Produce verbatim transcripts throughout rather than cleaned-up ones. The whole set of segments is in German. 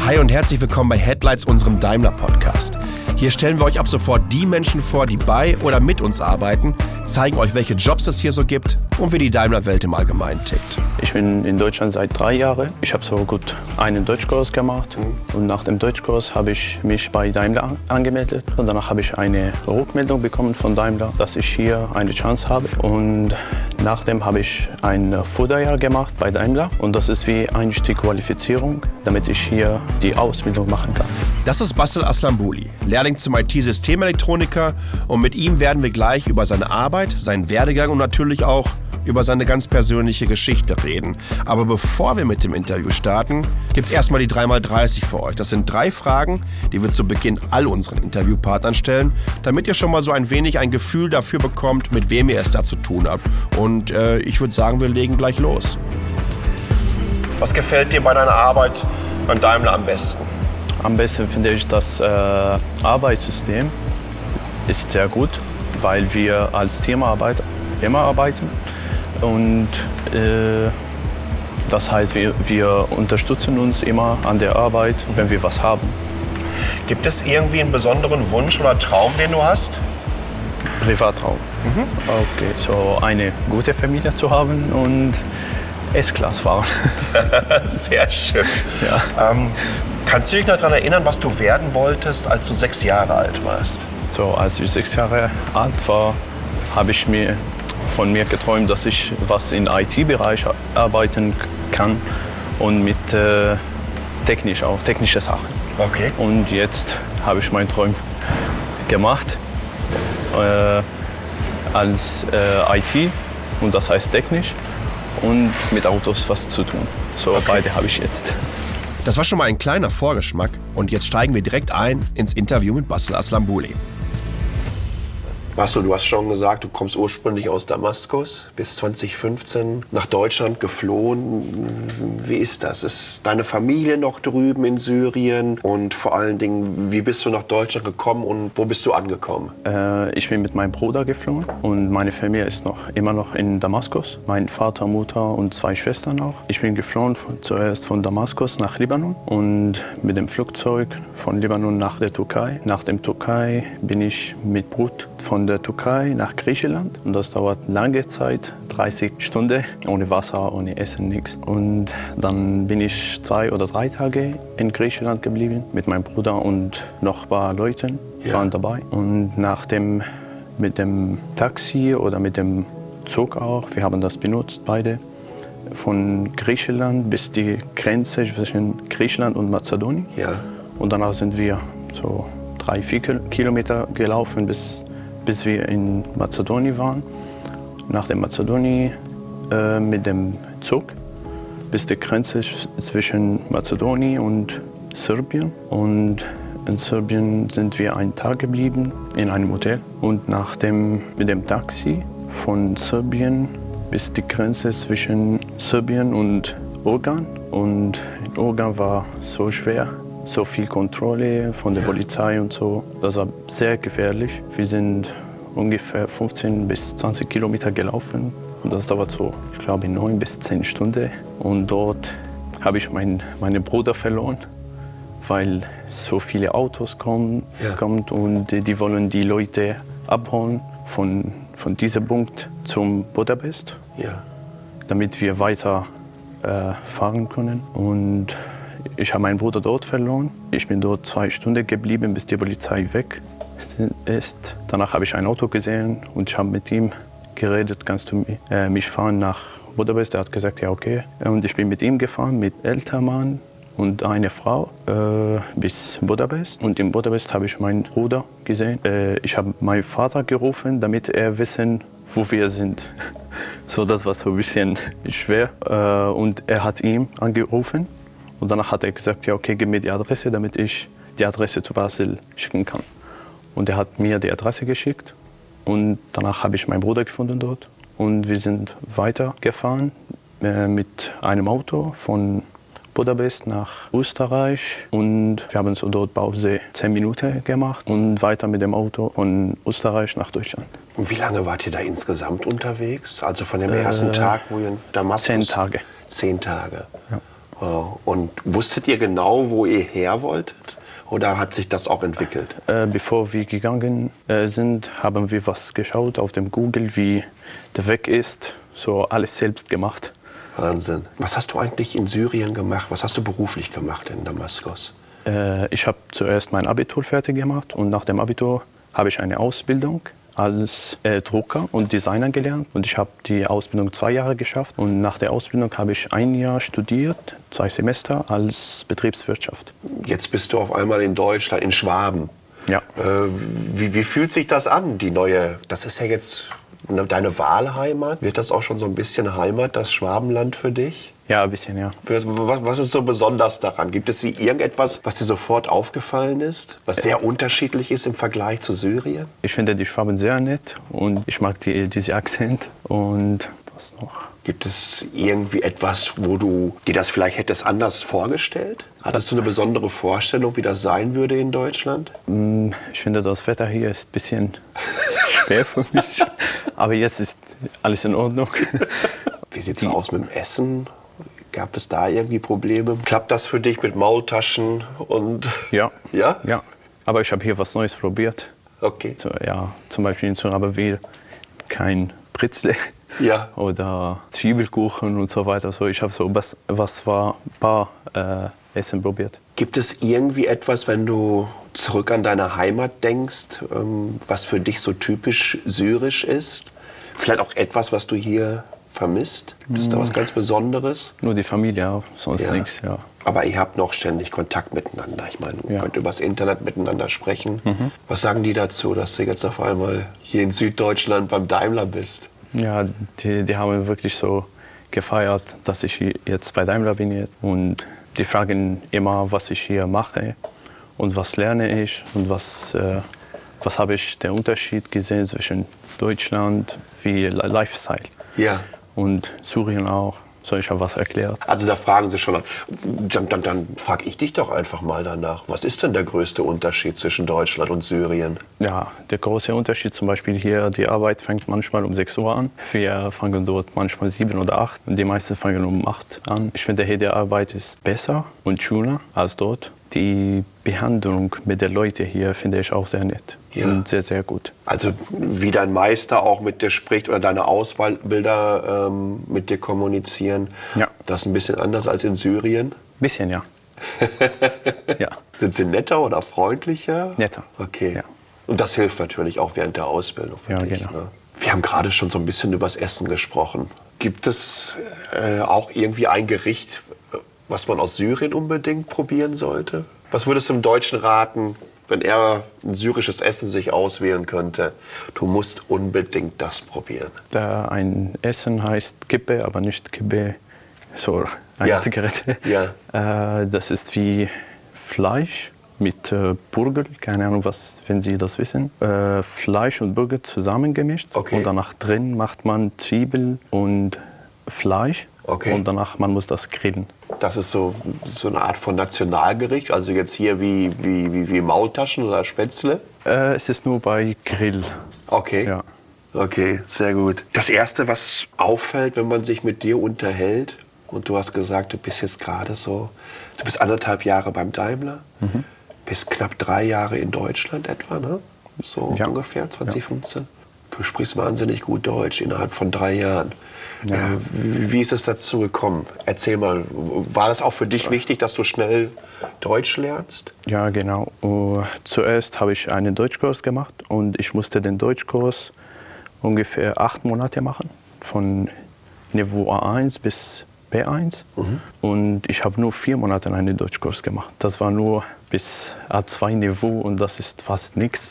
Hi und herzlich willkommen bei Headlights, unserem Daimler-Podcast. Hier stellen wir euch ab sofort die Menschen vor, die bei oder mit uns arbeiten, zeigen euch, welche Jobs es hier so gibt und wie die Daimler-Welt im Allgemeinen tickt. Ich bin in Deutschland seit drei Jahren. Ich habe so gut einen Deutschkurs gemacht. Mhm. Und nach dem Deutschkurs habe ich mich bei Daimler angemeldet. Und danach habe ich eine Rückmeldung bekommen von Daimler, dass ich hier eine Chance habe. Und nachdem habe ich ein Förderjahr gemacht bei Daimler. Und das ist wie eine Qualifizierung, damit ich hier die Ausbildung machen kann. Das ist Bassel Aslambouli, Lehrling zum I T-Systemelektroniker. Und mit ihm werden wir gleich über seine Arbeit, seinen Werdegang und natürlich auch über seine ganz persönliche Geschichte reden. Aber bevor wir mit dem Interview starten, gibt's erstmal die drei mal dreißig für euch. Das sind drei Fragen, die wir zu Beginn all unseren Interviewpartnern stellen, damit ihr schon mal so ein wenig ein Gefühl dafür bekommt, mit wem ihr es da zu tun habt. Und äh, ich würde sagen, wir legen gleich los. Was gefällt dir bei deiner Arbeit beim Daimler am besten? Am besten finde ich das äh, Arbeitssystem ist sehr gut, weil wir als Teamarbeit immer arbeiten. Und äh, das heißt, wir, wir unterstützen uns immer an der Arbeit, wenn wir was haben. Gibt es irgendwie einen besonderen Wunsch oder Traum, den du hast? Privattraum. Mhm. Okay, so eine gute Familie zu haben und S-Klasse fahren. Sehr schön. Ja. Ähm, kannst du dich noch daran erinnern, was du werden wolltest, als du sechs Jahre alt warst? So, als ich sechs Jahre alt war, habe ich mir von mir geträumt, dass ich was im I T-Bereich arbeiten kann und mit äh, technisch auch, technische Sachen. Okay. Und jetzt habe ich meinen Traum gemacht äh, als äh, I T und das heißt technisch und mit Autos was zu tun. So okay. Beide habe ich jetzt. Das war schon mal ein kleiner Vorgeschmack und jetzt steigen wir direkt ein ins Interview mit Bassel Aslambouli. Bassel, du hast schon gesagt, du kommst ursprünglich aus Damaskus, bist zwanzig fünfzehn nach Deutschland geflohen. Wie ist das? Ist deine Familie noch drüben in Syrien? Und vor allen Dingen, wie bist du nach Deutschland gekommen und wo bist du angekommen? Äh, ich bin mit meinem Bruder geflohen und meine Familie ist noch, immer noch in Damaskus. Mein Vater, Mutter und zwei Schwestern auch. Ich bin geflohen von, zuerst von Damaskus nach Libanon und mit dem Flugzeug von Libanon nach der Türkei. Nach der Türkei bin ich mit Boot von der Türkei nach Griechenland und das dauert lange Zeit, dreißig Stunden, ohne Wasser, ohne Essen, nichts. Und dann bin ich zwei oder drei Tage in Griechenland geblieben mit meinem Bruder und noch ein paar Leuten ja. waren dabei. Und nach dem, mit dem Taxi oder mit dem Zug auch, wir haben das benutzt, beide, von Griechenland bis die Grenze zwischen Griechenland und Mazedonien. Ja. Und danach sind wir so drei, vier Kilometer gelaufen, bis bis wir in Mazedonien waren. Nach dem Mazedonien äh, mit dem Zug bis die Grenze zwischen Mazedonien und Serbien. Und in Serbien sind wir einen Tag geblieben in einem Hotel. Und nach dem, mit dem Taxi von Serbien bis die Grenze zwischen Serbien und Ungarn. Und in Ungarn war so schwer. So viel Kontrolle von der Polizei und so. Das war sehr gefährlich. Wir sind ungefähr fünfzehn bis zwanzig Kilometer gelaufen. Und das dauert so, ich glaube, neun bis zehn Stunden. Und dort habe ich meinen meine Bruder verloren, weil so viele Autos kommen, ja. kommen und die, die wollen die Leute abholen von, von diesem Punkt zum Budapest, ja. damit wir weiter äh, fahren können. Und ich habe meinen Bruder dort verloren. Ich bin dort zwei Stunden geblieben, bis die Polizei weg ist. Danach habe ich ein Auto gesehen und ich habe mit ihm geredet, kannst du äh, mich fahren nach Budapest? Er hat gesagt, ja okay. Und ich bin mit ihm gefahren, mit älterem Mann und einer Frau äh, bis Budapest. Und in Budapest habe ich meinen Bruder gesehen. Äh, ich habe meinen Vater gerufen, damit er wissen, wo wir sind. So, das war so ein bisschen schwer. Äh, und er hat ihn angerufen. Und danach hat er gesagt, ja okay, gib mir die Adresse, damit ich die Adresse zu Bassel schicken kann. Und er hat mir die Adresse geschickt. Und danach habe ich meinen Bruder gefunden dort. Und wir sind weitergefahren äh, mit einem Auto von Budapest nach Österreich. Und wir haben so dort Pause zehn Minuten gemacht und weiter mit dem Auto von Österreich nach Deutschland. Und wie lange wart ihr da insgesamt unterwegs? Also von dem ersten äh, Tag, wo ihr in Damaskus... Zehn Tage. Zehn Tage. Ja. Wow. Und wusstet ihr genau, wo ihr her wolltet? Oder hat sich das auch entwickelt? Äh, bevor wir gegangen äh, sind, haben wir was geschaut auf dem Google, wie der Weg ist. So alles selbst gemacht. Wahnsinn. Was hast du eigentlich in Syrien gemacht? Was hast du beruflich gemacht in Damaskus? Äh, ich habe zuerst mein Abitur fertig gemacht und nach dem Abitur habe ich eine Ausbildung als äh, Drucker und Designer gelernt. Und ich habe die Ausbildung zwei Jahre geschafft. Und nach der Ausbildung habe ich ein Jahr studiert, zwei Semester als Betriebswirtschaft. Jetzt bist du auf einmal in Deutschland, in Schwaben. Ja. Äh, wie, wie fühlt sich das an, die neue, das ist ja jetzt deine Wahlheimat? Wird das auch schon so ein bisschen Heimat, das Schwabenland für dich? Ja, ein bisschen, ja. Was, was ist so besonders daran? Gibt es irgendetwas, was dir sofort aufgefallen ist, was sehr unterschiedlich ist im Vergleich zu Syrien? Ich finde die Schwaben sehr nett und ich mag die, diesen Akzent. Und was noch? Gibt es irgendwie etwas, wo du dir das vielleicht hättest anders vorgestellt? Hattest du eine besondere Vorstellung, wie das sein würde in Deutschland? Ich finde, das Wetter hier ist ein bisschen schwer für mich. Aber jetzt ist alles in Ordnung. Wie sieht es aus mit dem Essen? Gab es da irgendwie Probleme? Klappt das für dich mit Maultaschen und... Ja. Ja? Ja. Aber ich habe hier was Neues probiert. Okay. So, ja, zum Beispiel in Surabaya kein Brezel Ja. oder Zwiebelkuchen und so weiter. So, ich habe so was, was war paar äh, Essen probiert. Gibt es irgendwie etwas, wenn du zurück an deine Heimat denkst, ähm, was für dich so typisch syrisch ist? Vielleicht auch etwas, was du hier vermisst? Gibt es da was ganz Besonderes? Nur die Familie, auch, sonst Ja. nichts, ja. Aber ihr habt noch ständig Kontakt miteinander. Ich meine, ihr Ja. könnt übers Internet miteinander sprechen. Was sagen die dazu, dass du jetzt auf einmal hier in Süddeutschland beim Daimler bist? Ja, die, die haben wirklich so gefeiert, dass ich hier jetzt bei Daimler bin jetzt. Und die fragen immer, was ich hier mache und was lerne ich und was, äh, was habe ich den Unterschied gesehen zwischen Deutschland wie Lifestyle Ja. und Syrien auch. So, ich habe was erklärt. Also da fragen sie schon an. Dann, dann, dann frage ich dich doch einfach mal danach. Was ist denn der größte Unterschied zwischen Deutschland und Syrien? Ja, der große Unterschied zum Beispiel hier, die Arbeit fängt manchmal um sechs Uhr an. Wir fangen dort manchmal sieben oder acht und die meisten fangen um acht an. Ich finde, hier die Arbeit ist besser und schöner als dort. Die Behandlung mit den Leuten hier finde ich auch sehr nett Ja. und sehr, sehr gut. Also wie dein Meister auch mit dir spricht oder deine Ausbilder ähm, mit dir kommunizieren, Ja. das ist ein bisschen anders als in Syrien? Bisschen, ja. Ja, Sind sie netter oder freundlicher? netter. Okay. Ja. Und das hilft natürlich auch während der Ausbildung für Ja, dich. genau. Ne? Wir haben gerade schon so ein bisschen über das Essen gesprochen. Gibt es äh, auch irgendwie ein Gericht, was man aus Syrien unbedingt probieren sollte? Was würdest du dem Deutschen raten, wenn er ein syrisches Essen sich auswählen könnte? Du musst unbedingt das probieren. Da ein Essen heißt Kippe, aber nicht Kippe, so eine Ja. Zigarette. Ja. Äh, das ist wie Fleisch mit äh, Burger, keine Ahnung, was, wenn Sie das wissen. Äh, Fleisch und Burger zusammengemischt. Okay. Und danach drin macht man Zwiebel und Fleisch. Okay. Und danach man muss das grillen. Das ist so, so eine Art von Nationalgericht, also jetzt hier wie, wie, wie, wie Maultaschen oder Spätzle? Äh, es ist nur bei Grill. Okay. Ja. Okay, sehr gut. Das Erste, was auffällt, wenn man sich mit dir unterhält, und du hast gesagt, du bist jetzt gerade so, du bist anderthalb Jahre beim Daimler, Mhm. bist knapp drei Jahre in Deutschland etwa, ne? So Ja. ungefähr, zwanzig fünfzehn. Du sprichst wahnsinnig gut Deutsch innerhalb von drei Jahren. Ja. Äh, wie, wie ist es dazu gekommen? Erzähl mal, war das auch für dich wichtig, dass du schnell Deutsch lernst? Ja, genau. Uh, zuerst habe ich einen Deutschkurs gemacht und ich musste den Deutschkurs ungefähr acht Monate machen, von Niveau A eins bis B eins. Mhm. Und ich habe nur vier Monate einen Deutschkurs gemacht. Das war nur bis A zwei Niveau und das ist fast nichts.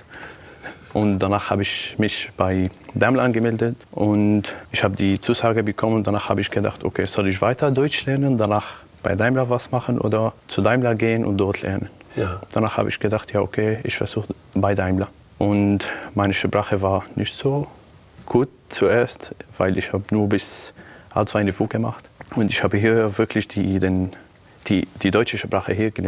Und danach habe ich mich bei Daimler angemeldet und ich habe die Zusage bekommen. Danach habe ich gedacht, okay, soll ich weiter Deutsch lernen, danach bei Daimler was machen oder zu Daimler gehen und dort lernen. Ja. Danach habe ich gedacht, ja okay, ich versuche bei Daimler. Und meine Sprache war nicht so gut zuerst, weil ich habe nur bis A zwei Niveau gemacht. Und ich habe hier wirklich die, den, die, die deutsche Sprache hier gelernt.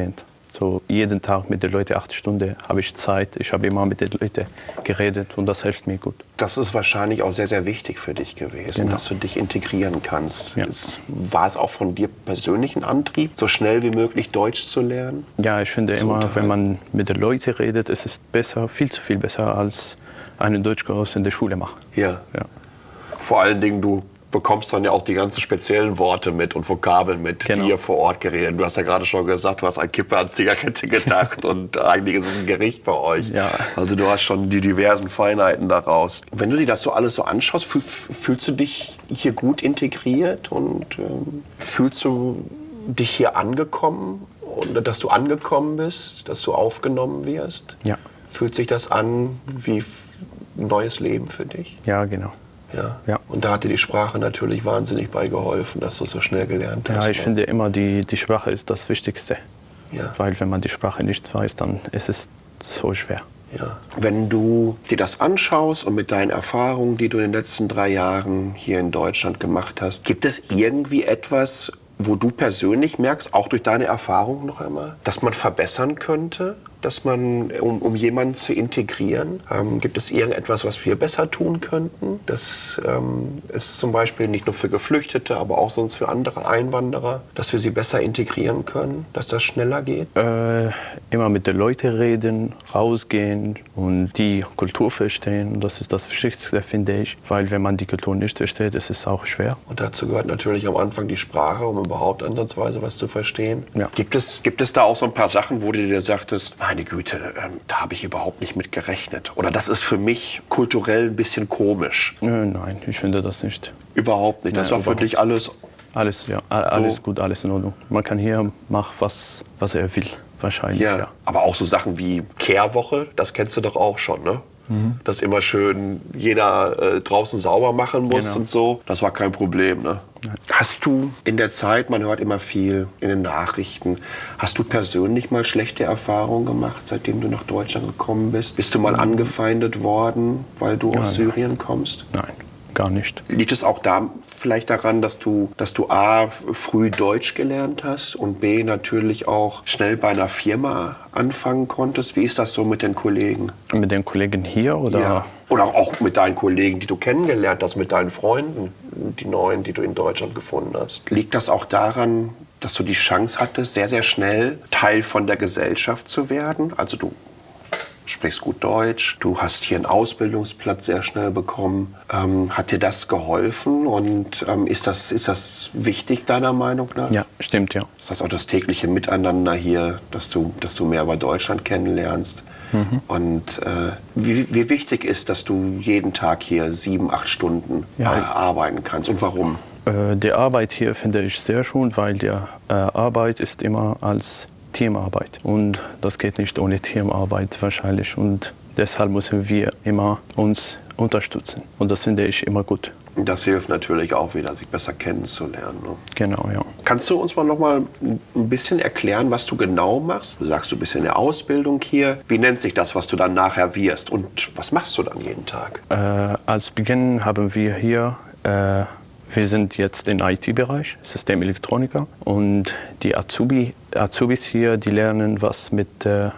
So jeden Tag mit den Leuten acht Stunden habe ich Zeit. Ich habe immer mit den Leuten geredet und das hilft mir gut. Das ist wahrscheinlich auch sehr, sehr wichtig für dich gewesen, Genau. dass du dich integrieren kannst. Ja. Es, war es auch von dir persönlich ein Antrieb, so schnell wie möglich Deutsch zu lernen? Ja, ich finde So immer, unterhalten. wenn man mit den Leuten redet, ist es besser, viel zu viel besser, als einen Deutschkurs in der Schule machen. Ja. Ja. Vor allen Dingen, du bekommst dann ja auch die ganzen speziellen Worte mit und Vokabeln mit, Genau. die ihr vor Ort geredet. Du hast ja gerade schon gesagt, du hast an Kippe, an Zigarette gedacht und eigentlich ist es ein Gericht bei euch. Ja. Also du hast schon die diversen Feinheiten daraus. Wenn du dir das so alles so anschaust, fühl, fühlst du dich hier gut integriert und ähm, fühlst du dich hier angekommen und dass du angekommen bist, dass du aufgenommen wirst? Ja. Fühlt sich das an wie ein neues Leben für dich? Ja, genau. Ja. Ja. Und da hat dir die Sprache natürlich wahnsinnig bei geholfen, dass du es so schnell gelernt hast. Ja, ich ne? finde immer, die, die Sprache ist das Wichtigste. Ja. Weil wenn man die Sprache nicht weiß, dann ist es so schwer. Ja. Wenn du dir das anschaust und mit deinen Erfahrungen, die du in den letzten drei Jahren hier in Deutschland gemacht hast, gibt es irgendwie etwas, wo du persönlich merkst, auch durch deine Erfahrungen noch einmal, dass man verbessern könnte? Dass man, um, um jemanden zu integrieren, ähm, gibt es irgendetwas, was wir besser tun könnten? Dass ähm, es zum Beispiel nicht nur für Geflüchtete, aber auch sonst für andere Einwanderer, dass wir sie besser integrieren können, dass das schneller geht? Äh, immer mit den Leuten reden, rausgehen und die Kultur verstehen. Das ist das Wichtigste, finde ich. Weil wenn man die Kultur nicht versteht, ist es auch schwer. Und dazu gehört natürlich am Anfang die Sprache, um überhaupt ansatzweise was zu verstehen. Ja. Gibt es, gibt es da auch so ein paar Sachen, wo du dir sagtest, meine Güte, ähm, da habe ich überhaupt nicht mit gerechnet? Oder das ist für mich kulturell ein bisschen komisch? Äh, nein, ich finde das nicht. Überhaupt nicht. Das Nein, war für überhaupt dich alles. Alles, ja, a- alles gut, alles in Ordnung. Man kann hier machen, was, was er will, wahrscheinlich. Ja. Ja. Aber auch so Sachen wie Kehrwoche, das kennst du doch auch schon, ne? Mhm. Dass immer schön jeder äh, draußen sauber machen muss Genau. und so. Das war kein Problem, ne? Hast du in der Zeit, man hört immer viel in den Nachrichten, hast du persönlich mal schlechte Erfahrungen gemacht, seitdem du nach Deutschland gekommen bist? Bist du mal angefeindet worden, weil du aus Syrien kommst? Nein, gar nicht. Liegt es auch da vielleicht daran, dass du, dass du A, früh Deutsch gelernt hast und B, natürlich auch schnell bei einer Firma anfangen konntest? Wie ist das so mit den Kollegen? Mit den Kollegen hier oder? Ja. Oder auch mit deinen Kollegen, die du kennengelernt hast, mit deinen Freunden, die neuen, die du in Deutschland gefunden hast. Liegt das auch daran, dass du die Chance hattest, sehr, sehr schnell Teil von der Gesellschaft zu werden? Also du sprichst gut Deutsch, du hast hier einen Ausbildungsplatz sehr schnell bekommen. Ähm, hat dir das geholfen und ähm, ist das, ist das wichtig deiner Meinung nach? Ja, stimmt, ja. Ist das auch das tägliche Miteinander hier, dass du, dass du mehr über Deutschland kennenlernst? Mhm. Und äh, wie, wie wichtig ist, dass du jeden Tag hier sieben, acht Stunden Ja. äh, arbeiten kannst und warum? Äh, die Arbeit hier finde ich sehr schön, weil die äh, Arbeit ist immer als Teamarbeit. Und das geht nicht ohne Teamarbeit wahrscheinlich. Und deshalb müssen wir immer uns unterstützen. Und das finde ich immer gut. Und das hilft natürlich auch wieder, sich besser kennenzulernen. Ne? Genau, ja. Kannst du uns mal noch mal ein bisschen erklären, was du genau machst? Du sagst, du bist in der Ausbildung hier. Wie nennt sich das, was du dann nachher wirst? Und was machst du dann jeden Tag? Äh, als Beginn haben wir hier, äh, wir sind jetzt im I T-Bereich, Systemelektroniker. Und die Azubi, Azubis hier, die lernen was mit äh,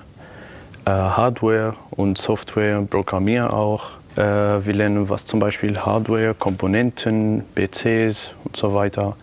Hardware und Software, Programmieren auch. Äh, wir lernen was zum Beispiel Hardware, Komponenten, P Cs und so weiter.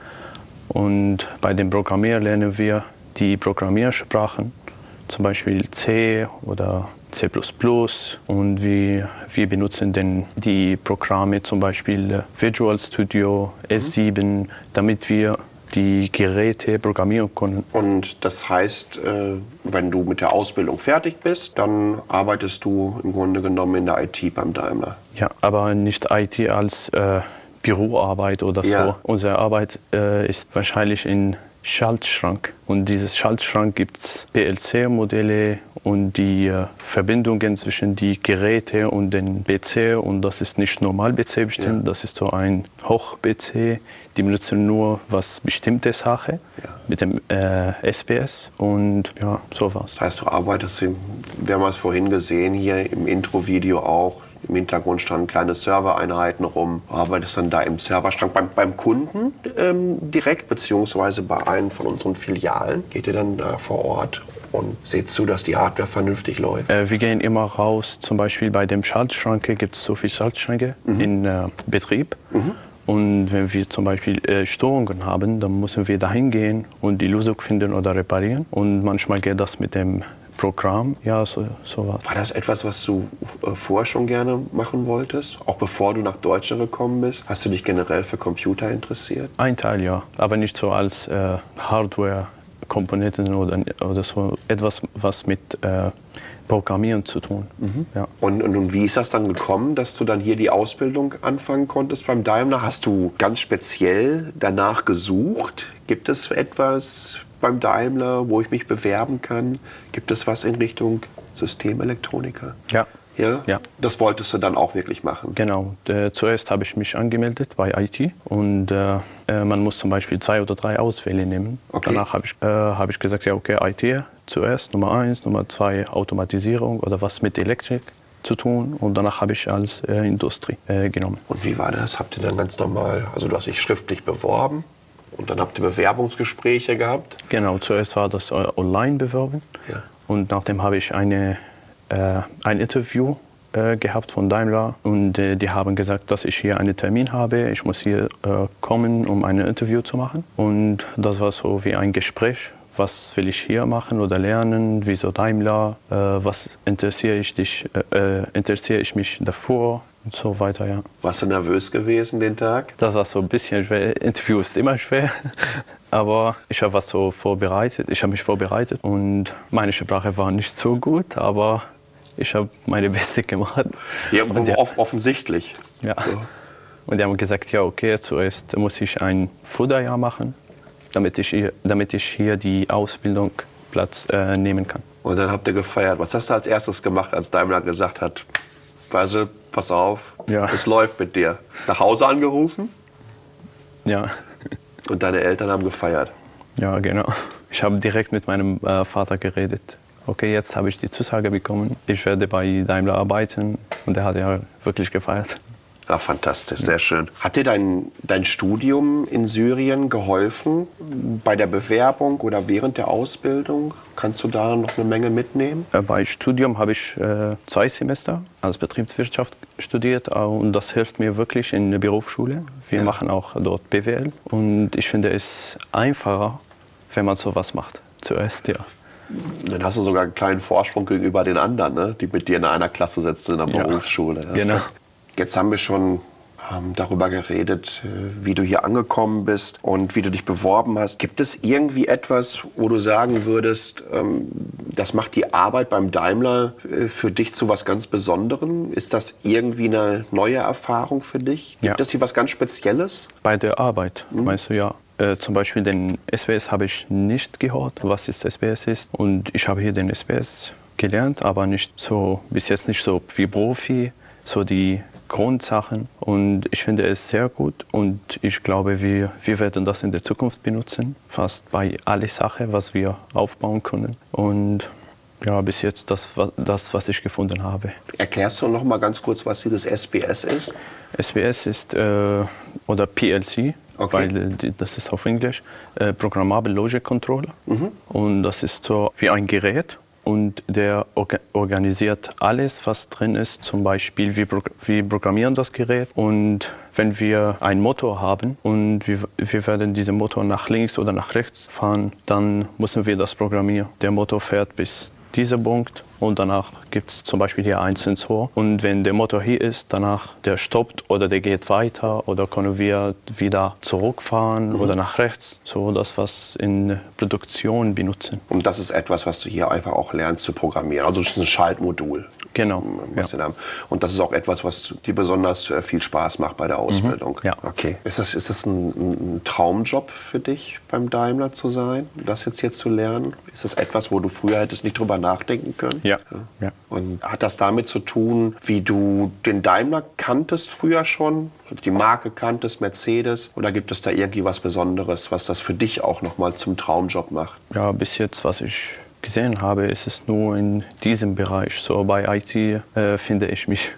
Und bei dem Programmieren lernen wir die Programmiersprachen, zum Beispiel C oder C plus plus. Und wir, wir benutzen dann die Programme, zum Beispiel Visual Studio, S sieben, damit wir die Geräte programmieren können. Und das heißt, äh, wenn du mit der Ausbildung fertig bist, dann arbeitest du im Grunde genommen in der I T beim Daimler. Ja, aber nicht I T als äh, Büroarbeit oder so. Ja. Unsere Arbeit äh, ist wahrscheinlich in Schaltschrank. Und dieses Schaltschrank gibt es P L C-Modelle und die äh, Verbindungen zwischen den Geräten und den P C. Und das ist nicht normal P C bestimmt, Ja. das ist so ein Hoch-P C. Die benutzen nur was bestimmte Sache Ja. mit dem äh, S P S und ja, sowas. Das heißt, du arbeitest, im, wir haben es vorhin gesehen, hier im Intro-Video auch. Im Hintergrund standen kleine Servereinheiten rum. Du arbeitest dann da im Serverschrank beim, beim Kunden ähm, direkt, beziehungsweise bei einem von unseren Filialen. Geht ihr dann da vor Ort und seht zu, dass die Hardware vernünftig läuft? Äh, wir gehen immer raus, zum Beispiel bei dem Schaltschranke gibt es so viele Schaltschränke mhm. in äh, Betrieb. Mhm. Und wenn wir zum Beispiel äh, Störungen haben, dann müssen wir dahin gehen und die Lösung finden oder reparieren. Und manchmal geht das mit dem Programm, ja, so, so was. War das etwas, was du äh, vorher schon gerne machen wolltest? Auch bevor du nach Deutschland gekommen bist? Hast du dich generell für Computer interessiert? Ein Teil, ja. Aber nicht so als äh, Hardware-Komponenten oder, oder so. Etwas, was mit äh, Programmieren zu tun. Mhm. Ja. Und, und, und wie ist das dann gekommen, dass du dann hier die Ausbildung anfangen konntest beim Daimler? Hast du ganz speziell danach gesucht? Gibt es etwas beim Daimler, wo ich mich bewerben kann? Gibt es was in Richtung Systemelektroniker? Ja. Ja? Ja. Das wolltest du dann auch wirklich machen? Genau. Äh, zuerst habe ich mich angemeldet bei I T und äh, man muss zum Beispiel zwei oder drei Auswähle nehmen. Okay. Danach habe ich, äh, hab ich gesagt, ja okay, I T zuerst, Nummer eins, Nummer zwei Automatisierung oder was mit Elektrik zu tun und danach habe ich als äh, Industrie äh, genommen. Und wie war das? Habt ihr dann ganz normal, also du hast dich schriftlich beworben? Und dann habt ihr Bewerbungsgespräche gehabt? Genau, zuerst war das äh, Online-Bewerben. Ja. Und nachdem habe ich eine, äh, ein Interview äh, gehabt von Daimler. Und äh, die haben gesagt, dass ich hier einen Termin habe. Ich muss hier äh, kommen, um ein Interview zu machen. Und das war so wie ein Gespräch. Was will ich hier machen oder lernen? Wieso Daimler? Äh, was interessiere ich, dich, äh, interessiere ich mich davor? Und so weiter, ja. Warst du nervös gewesen den Tag? Das war so ein bisschen schwer. Interview ist immer schwer. Aber ich habe was so vorbereitet. Ich habe mich vorbereitet und meine Sprache war nicht so gut, aber ich habe meine Beste gemacht. Ja, und off offensichtlich. Ja. So. Und die haben gesagt, ja okay, zuerst muss ich ein Förderjahr machen, damit ich hier, damit ich hier die Ausbildung Platz äh, nehmen kann. Und dann habt ihr gefeiert. Was hast du als erstes gemacht, als Daimler gesagt hat, Basel, pass auf, ja. Es läuft mit dir? Nach Hause angerufen? Ja. Und deine Eltern haben gefeiert? Ja, genau. Ich habe direkt mit meinem äh, Vater geredet. Okay, jetzt habe ich die Zusage bekommen. Ich werde bei Daimler arbeiten. Und er hat ja wirklich gefeiert. Ja, fantastisch, sehr schön. Hat dir dein, dein Studium in Syrien geholfen bei der Bewerbung oder während der Ausbildung? Kannst du da noch eine Menge mitnehmen? Bei Studium habe ich äh, zwei Semester als Betriebswirtschaft studiert und das hilft mir wirklich in der Berufsschule. Wir ja. machen auch dort B W L und ich finde es einfacher, wenn man sowas macht. Zuerst, ja. Dann hast du sogar einen kleinen Vorsprung gegenüber den anderen, ne? Die mit dir in einer Klasse sitzen in der ja. Berufsschule. Das genau. Jetzt haben wir schon ähm, darüber geredet, äh, wie du hier angekommen bist und wie du dich beworben hast. Gibt es irgendwie etwas, wo du sagen würdest, ähm, das macht die Arbeit beim Daimler äh, für dich zu was ganz Besonderem? Ist das irgendwie eine neue Erfahrung für dich? Gibt ja. es hier was ganz Spezielles? Bei der Arbeit, mhm. meinst du, ja. Äh, zum Beispiel den S B S habe ich nicht gehört, was ist S B S ist. Und ich habe hier den S B S gelernt, aber nicht so, bis jetzt nicht so wie Profi, so die Grundsachen und ich finde es sehr gut und ich glaube, wir, wir werden das in der Zukunft benutzen, fast bei allen Sachen, was wir aufbauen können und ja, bis jetzt das, das was ich gefunden habe. Erklärst du noch mal ganz kurz, was dieses S B S ist? S B S ist, äh, oder P L C, okay. weil die, das ist auf Englisch, äh, Programmable Logic Controller mhm. und das ist so wie ein Gerät. Und der organisiert alles, was drin ist. Zum Beispiel, wir, wir programmieren das Gerät. Und wenn wir einen Motor haben und wir, wir werden diesen Motor nach links oder nach rechts fahren, dann müssen wir das programmieren. Der Motor fährt bis dieser Punkt und danach gibt es zum Beispiel hier einen Sensor. Und wenn der Motor hier ist, danach der stoppt oder der geht weiter oder können wir wieder zurückfahren mhm. oder nach rechts. So das, was in Produktion benutzen. Und das ist etwas, was du hier einfach auch lernst zu programmieren. Also das ist ein Schaltmodul. Genau. Was ja. Und das ist auch etwas, was dir besonders viel Spaß macht bei der Ausbildung. Mhm. Ja. Okay. Ist das, ist das ein, ein Traumjob für dich, beim Daimler zu sein, das jetzt hier zu lernen? Ist das etwas, wo du früher hättest nicht drüber nachdenken können? Ja. ja. Und hat das damit zu tun, wie du den Daimler kanntest früher schon? Die Marke kanntest, Mercedes? Oder gibt es da irgendwie was Besonderes, was das für dich auch noch mal zum Traumjob macht? Ja, bis jetzt, was ich gesehen habe, ist es nur in diesem Bereich. So bei I T äh, finde ich mich. Ja.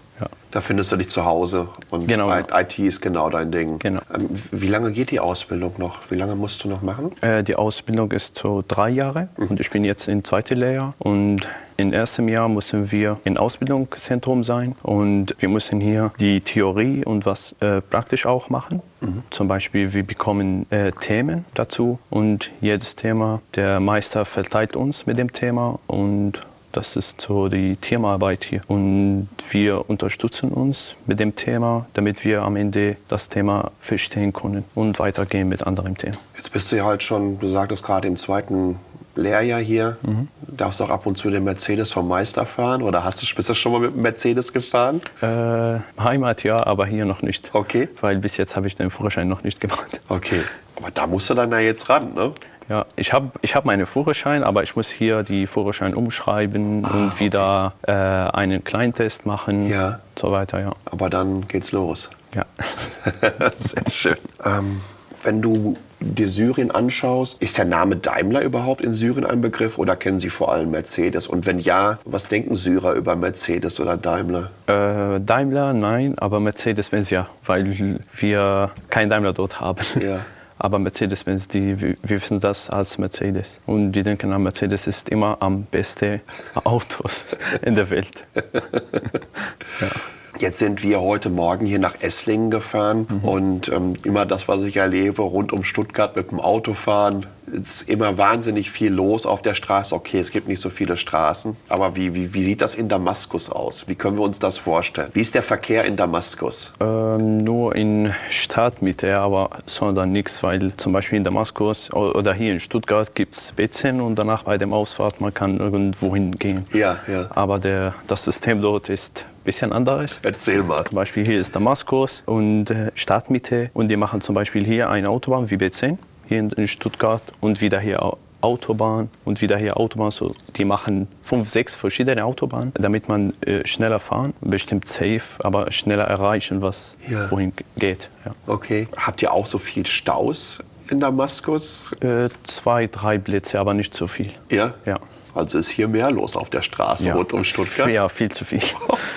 Da findest du dich zu Hause und Genau. I T ist genau dein Ding. Genau. Ähm, wie lange geht die Ausbildung noch? Wie lange musst du noch machen? Äh, die Ausbildung ist so drei Jahre und ich bin jetzt im zweiten Lehrjahr. Und im ersten Jahr müssen wir im Ausbildungszentrum sein und wir müssen hier die Theorie und was äh, praktisch auch machen. Mhm. Zum Beispiel, wir bekommen äh, Themen dazu und jedes Thema, der Meister verteilt uns mit dem Thema und das ist so die Teamarbeit hier. Und wir unterstützen uns mit dem Thema, damit wir am Ende das Thema verstehen können und weitergehen mit anderen Themen. Jetzt bist du ja halt schon, du sagtest gerade im zweiten Lehrjahr hier. Mhm. Darfst du auch ab und zu den Mercedes vom Meister fahren? Oder hast du, bist du schon mal mit dem Mercedes gefahren? Äh, Heimat ja, aber hier noch nicht. Okay. Weil bis jetzt habe ich den Führerschein noch nicht gemacht. Okay. Aber da musst du dann ja jetzt ran, ne? Ja, ich habe ich hab meinen Führerschein, aber ich muss hier die Führerschein umschreiben ah, und wieder okay. äh, einen Kleintest machen ja. und so weiter. Ja. Aber dann geht's los. Ja. Sehr schön. Ähm, wenn du dir Syrien anschaust, ist der Name Daimler überhaupt in Syrien ein Begriff oder kennen sie vor allem Mercedes? Und wenn ja, was denken Syrer über Mercedes oder Daimler? Äh, Daimler nein, aber Mercedes-Benz ja, weil wir kein Daimler dort haben. Ja. Aber Mercedes-Benz, die, wir wissen das als Mercedes. Und die denken, Mercedes ist immer am besten Autos in der Welt. Ja. Jetzt sind wir heute Morgen hier nach Esslingen gefahren mhm. und ähm, immer das, was ich erlebe, rund um Stuttgart mit dem Auto fahren, ist immer wahnsinnig viel los auf der Straße. Okay, es gibt nicht so viele Straßen, aber wie, wie, wie sieht das in Damaskus aus? Wie können wir uns das vorstellen? Wie ist der Verkehr in Damaskus? Ähm, nur in Stadtmitte, aber sondern nichts, weil zum Beispiel in Damaskus oder hier in Stuttgart gibt es B zehn und danach bei dem Ausfahrt, man kann irgendwo hingehen. Ja, ja. Aber der, das System dort ist ein bisschen anderes. Erzähl mal. Zum Beispiel hier ist Damaskus und äh, Stadtmitte und die machen zum Beispiel hier eine Autobahn wie B zehn. Hier in Stuttgart und wieder hier Autobahn und wieder hier Autobahn. So, die machen fünf, sechs verschiedene Autobahnen, damit man äh, schneller fahren, bestimmt safe, aber schneller erreichen, was ja. wohin geht. Ja. Okay. Habt ihr auch so viel Staus in Damaskus? Äh, zwei, drei Blitze, aber nicht so viel. Ja? Ja. Also ist hier mehr los auf der Straße ja. rund um Stuttgart? Ja, viel zu viel.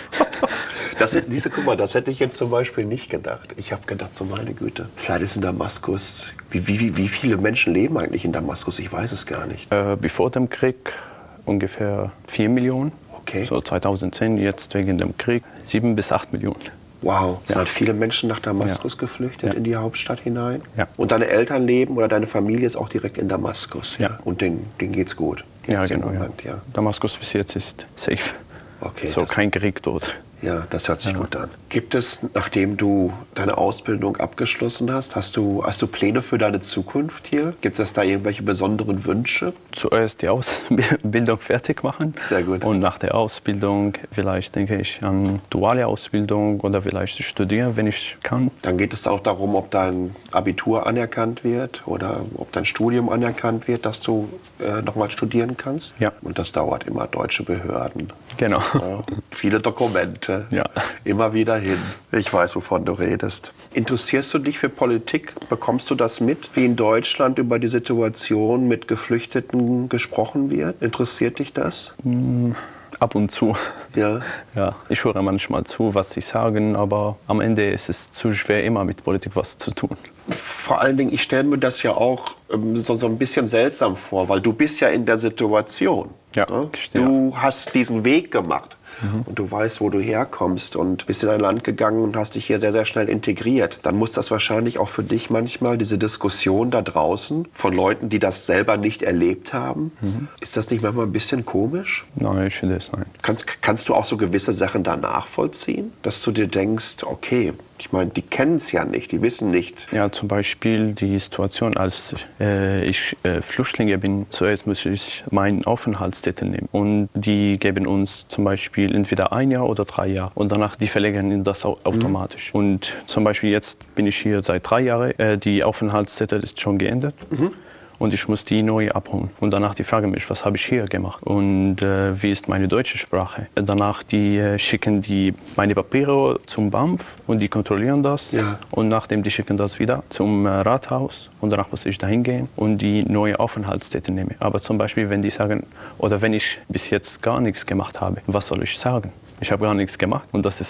Das, diese, guck mal, das hätte ich jetzt zum Beispiel nicht gedacht. Ich habe gedacht, so meine Güte, vielleicht ist in Damaskus, wie, wie, wie viele Menschen leben eigentlich in Damaskus? Ich weiß es gar nicht. Äh, bevor dem Krieg ungefähr vier Millionen. Okay. So zweitausendzehn, jetzt wegen dem Krieg sieben bis acht Millionen. Wow, es ja. sind viele Menschen nach Damaskus ja. geflüchtet, ja. in die Hauptstadt hinein. Ja. Und deine Eltern leben oder deine Familie ist auch direkt in Damaskus. Ja. Und denen, denen geht's gut. Ja, genau. Moment, ja. ja. Damaskus bis jetzt ist safe. Okay, so kein Krieg dort. Ja, das hört sich ja. gut an. Gibt es, nachdem du deine Ausbildung abgeschlossen hast, hast du, hast du Pläne für deine Zukunft hier? Gibt es da irgendwelche besonderen Wünsche? Zuerst die Ausbildung fertig machen. Sehr gut. Und nach der Ausbildung vielleicht denke ich an duale Ausbildung oder vielleicht studieren, wenn ich kann. Dann geht es auch darum, ob dein Abitur anerkannt wird oder ob dein Studium anerkannt wird, dass du äh, nochmal studieren kannst. Ja. Und das dauert immer, deutsche Behörden. Genau. Ja, viele Dokumente. Ja. Immer wieder hin. Ich weiß, wovon du redest. Interessierst du dich für Politik? Bekommst du das mit, wie in Deutschland über die Situation mit Geflüchteten gesprochen wird? Interessiert dich das? Mm, ab und zu. Ja. Ja. Ich höre manchmal zu, was sie sagen, aber am Ende ist es zu schwer, immer mit Politik was zu tun. Vor allen Dingen, ich stelle mir das ja auch ähm, so, so ein bisschen seltsam vor, weil du bist ja in der Situation. Ja, ne? ja. Du hast diesen Weg gemacht. Mhm. Und du weißt, wo du herkommst und bist in ein Land gegangen und hast dich hier sehr, sehr schnell integriert. Dann muss das wahrscheinlich auch für dich manchmal, diese Diskussion da draußen von Leuten, die das selber nicht erlebt haben, mhm. ist das nicht manchmal ein bisschen komisch? Nein, ich finde es nicht. Kannst, kannst du auch so gewisse Sachen da nachvollziehen? Dass du dir denkst, okay, ich meine, die kennen es ja nicht, die wissen nicht. Ja, zum Beispiel die Situation, als äh, ich äh, Flüchtlinge bin. Zuerst muss ich meinen Aufenthaltstitel nehmen. Und die geben uns zum Beispiel entweder ein Jahr oder drei Jahre. Und danach, die verlängern das automatisch. Mhm. Und zum Beispiel jetzt bin ich hier seit drei Jahren. Äh, die Aufenthaltstitel ist schon geändert. Mhm. Und ich muss die neu abholen. Und danach die fragen mich, was habe ich hier gemacht? Und äh, wie ist meine deutsche Sprache? Danach die äh, schicken die meine Papiere zum B A M F und die kontrollieren das. Ja. Und nachdem die schicken das wieder zum äh, Rathaus und danach muss ich dahin gehen und die neue Aufenthaltstitel nehmen. Aber zum Beispiel, wenn die sagen, oder wenn ich bis jetzt gar nichts gemacht habe, was soll ich sagen? Ich habe gar nichts gemacht und das ist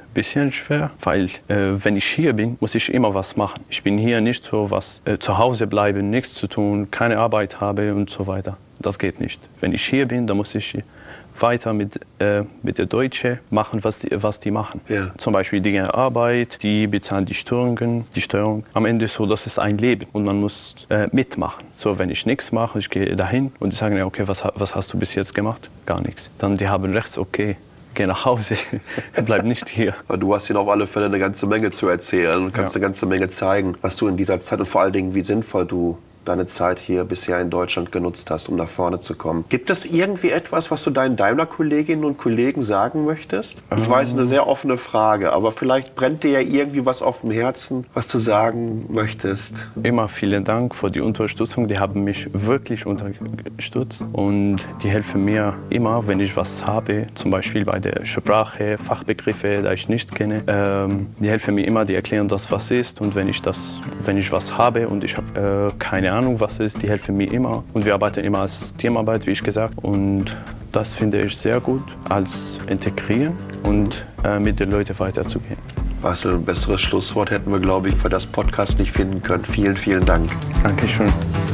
bisschen schwer, weil äh, wenn ich hier bin, muss ich immer was machen. Ich bin hier nicht so was, äh, zu Hause bleiben, nichts zu tun, keine Arbeit habe und so weiter. Das geht nicht. Wenn ich hier bin, dann muss ich weiter mit, äh, mit der Deutschen machen, was die, was die machen. Ja. Zum Beispiel die Arbeit, die bezahlen die Steuerungen, die Steuerung. Am Ende so, das ist ein Leben und man muss äh, mitmachen. So, wenn ich nichts mache, ich gehe dahin und die sagen, ja, okay, was, was hast du bis jetzt gemacht? Gar nichts. Dann die haben rechts, okay. Geh nach Hause, bleib nicht hier. Du hast ihnen auf alle Fälle eine ganze Menge zu erzählen und kannst ja. eine ganze Menge zeigen, was du in dieser Zeit und vor allen Dingen, wie sinnvoll du deine Zeit hier bisher in Deutschland genutzt hast, um nach vorne zu kommen. Gibt es irgendwie etwas, was du deinen Daimler-Kolleginnen und Kollegen sagen möchtest? Ich ähm. weiß, es ist eine sehr offene Frage, aber vielleicht brennt dir ja irgendwie was auf dem Herzen, was du sagen möchtest. Immer vielen Dank für die Unterstützung. Die haben mich wirklich unterstützt und die helfen mir immer, wenn ich was habe, zum Beispiel bei der Sprache, Fachbegriffe, die ich nicht kenne. Ähm, die helfen mir immer, die erklären das, was ist und wenn ich, das, wenn ich was habe und ich habe äh, keine Ahnung, was ist, die helfen mir immer. Und wir arbeiten immer als Teamarbeit, wie ich gesagt. Und das finde ich sehr gut, als integrieren und äh, mit den Leuten weiterzugehen. Basel, ein besseres Schlusswort hätten wir, glaube ich, für das Podcast nicht finden können. Vielen, vielen Dank. Dankeschön.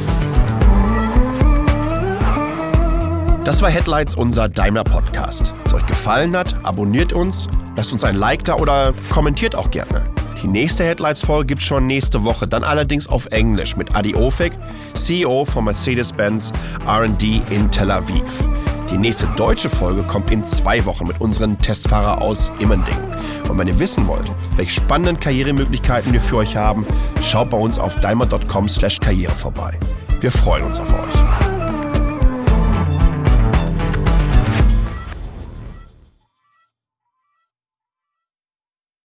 Das war Headlights, unser Daimler-Podcast. Wenn es euch gefallen hat, abonniert uns, lasst uns ein Like da oder kommentiert auch gerne. Die nächste Headlights-Folge gibt's schon nächste Woche, dann allerdings auf Englisch mit Adi Ofek, C E O von Mercedes-Benz R and D in Tel Aviv. Die nächste deutsche Folge kommt in zwei Wochen mit unseren Testfahrer aus Immendingen. Und wenn ihr wissen wollt, welche spannenden Karrieremöglichkeiten wir für euch haben, schaut bei uns auf daimler punkt com slash karriere vorbei. Wir freuen uns auf euch.